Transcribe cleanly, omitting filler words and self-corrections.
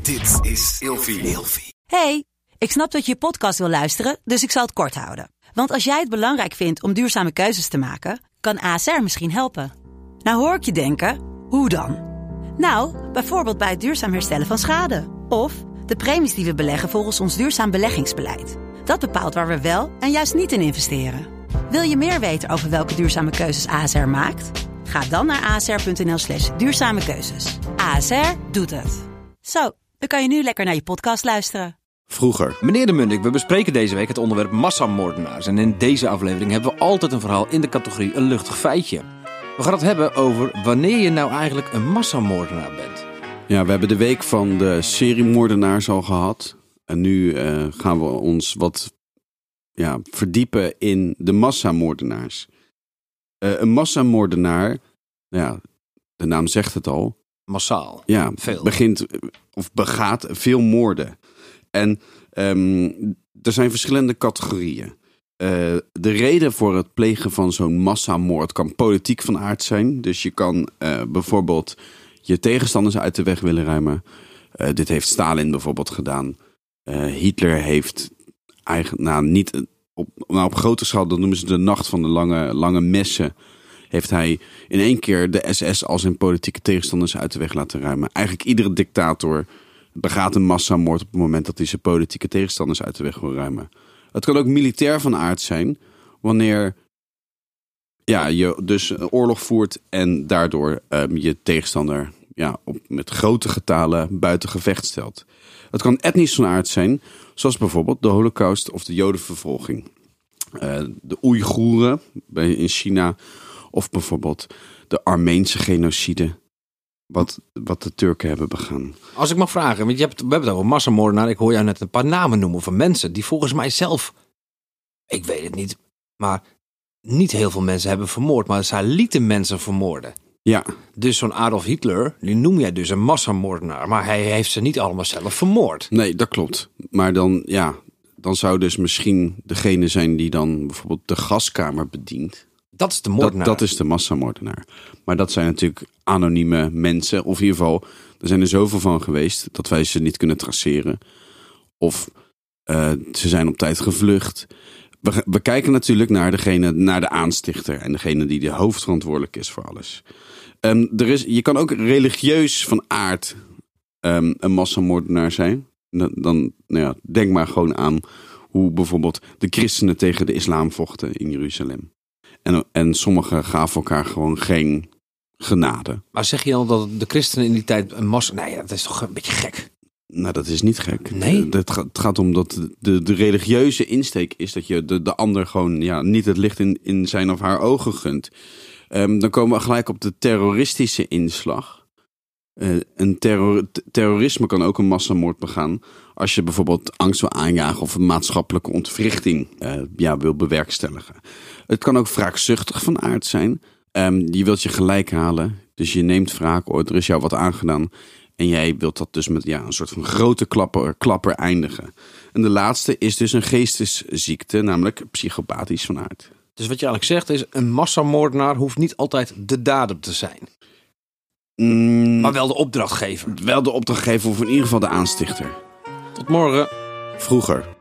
Dit is Ilfie. Hey, ik snap dat je je podcast wil luisteren, dus ik zal het kort houden. Want als jij het belangrijk vindt om duurzame keuzes te maken, kan ASR misschien helpen. Nou hoor ik je denken, hoe dan? Nou, bijvoorbeeld bij het duurzaam herstellen van schade. Of de premies die we beleggen volgens ons duurzaam beleggingsbeleid. Dat bepaalt waar we wel en juist niet in investeren. Wil je meer weten over welke duurzame keuzes ASR maakt? Ga dan naar asr.nl/duurzame keuzes. ASR doet het. Zo, dan kan je nu lekker naar je podcast luisteren. Vroeger. Meneer de Munnik, we bespreken deze week het onderwerp massamoordenaars. En in deze aflevering hebben we altijd een verhaal in de categorie een luchtig feitje. We gaan het hebben over wanneer je nou eigenlijk een massamoordenaar bent. Ja, we hebben de week van de seriemoordenaars al gehad. En nu gaan we ons wat verdiepen in de massamoordenaars. Een massamoordenaar, de naam zegt het al. Massaal. Ja, veel. Begaat veel moorden. En er zijn verschillende categorieën. De reden voor het plegen van zo'n massamoord kan politiek van aard zijn. Dus je kan bijvoorbeeld je tegenstanders uit de weg willen ruimen. Dit heeft Stalin bijvoorbeeld gedaan. Hitler heeft eigenlijk, niet op grote schaal, dat noemen ze de nacht van de lange messen, heeft hij in één keer de SS als zijn politieke tegenstanders uit de weg laten ruimen. Eigenlijk iedere dictator begaat een massamoord op het moment dat hij zijn politieke tegenstanders uit de weg wil ruimen. Het kan ook militair van aard zijn, wanneer je dus een oorlog voert en daardoor je tegenstander met grote getalen buiten gevecht stelt. Het kan etnisch van aard zijn, zoals bijvoorbeeld de Holocaust of de Jodenvervolging. De Oeigoeren in China of bijvoorbeeld de Armeense genocide, wat de Turken hebben begaan. Als ik mag vragen, want we hebben het over massamoordenaar. Ik hoor jou net een paar namen noemen van mensen die volgens mij zelf, ik weet het niet, maar niet heel veel mensen hebben vermoord, maar zij lieten mensen vermoorden. Ja. Dus zo'n Adolf Hitler, die noem jij dus een massamoordenaar, maar hij heeft ze niet allemaal zelf vermoord. Nee, dat klopt. Maar dan zou dus misschien degene zijn die dan bijvoorbeeld de gaskamer bedient. Dat is de moordenaar. Dat is de massamoordenaar. Maar dat zijn natuurlijk anonieme mensen. Of in ieder geval, er zijn er zoveel van geweest dat wij ze niet kunnen traceren. Of ze zijn op tijd gevlucht. We kijken natuurlijk naar de aanstichter en degene die de hoofdverantwoordelijk is voor alles. Je kan ook religieus van aard een massamoordenaar zijn. Denk maar gewoon aan hoe bijvoorbeeld de christenen tegen de islam vochten in Jeruzalem. En sommigen gaven elkaar gewoon geen genade. Maar zeg je dan dat de christenen in die tijd een massa... Nee, dat is toch een beetje gek? Nou, dat is niet gek. Nee? Het gaat om dat de religieuze insteek is dat je de ander gewoon niet het licht in zijn of haar ogen gunt. Dan komen we gelijk op de terroristische inslag. Terrorisme kan ook een massamoord begaan als je bijvoorbeeld angst wil aanjagen of een maatschappelijke ontwrichting wil bewerkstelligen. Het kan ook wraakzuchtig van aard zijn. Je wilt je gelijk halen, dus je neemt wraak. Er is jou wat aangedaan en jij wilt dat dus met een soort van grote klapper eindigen. En de laatste is dus een geestesziekte, namelijk psychopathisch van aard. Dus wat je eigenlijk zegt is, een massamoordenaar hoeft niet altijd de dader te zijn. Maar wel de opdrachtgever. Wel de opdrachtgever of in ieder geval de aanstichter. Tot morgen. Vroeger.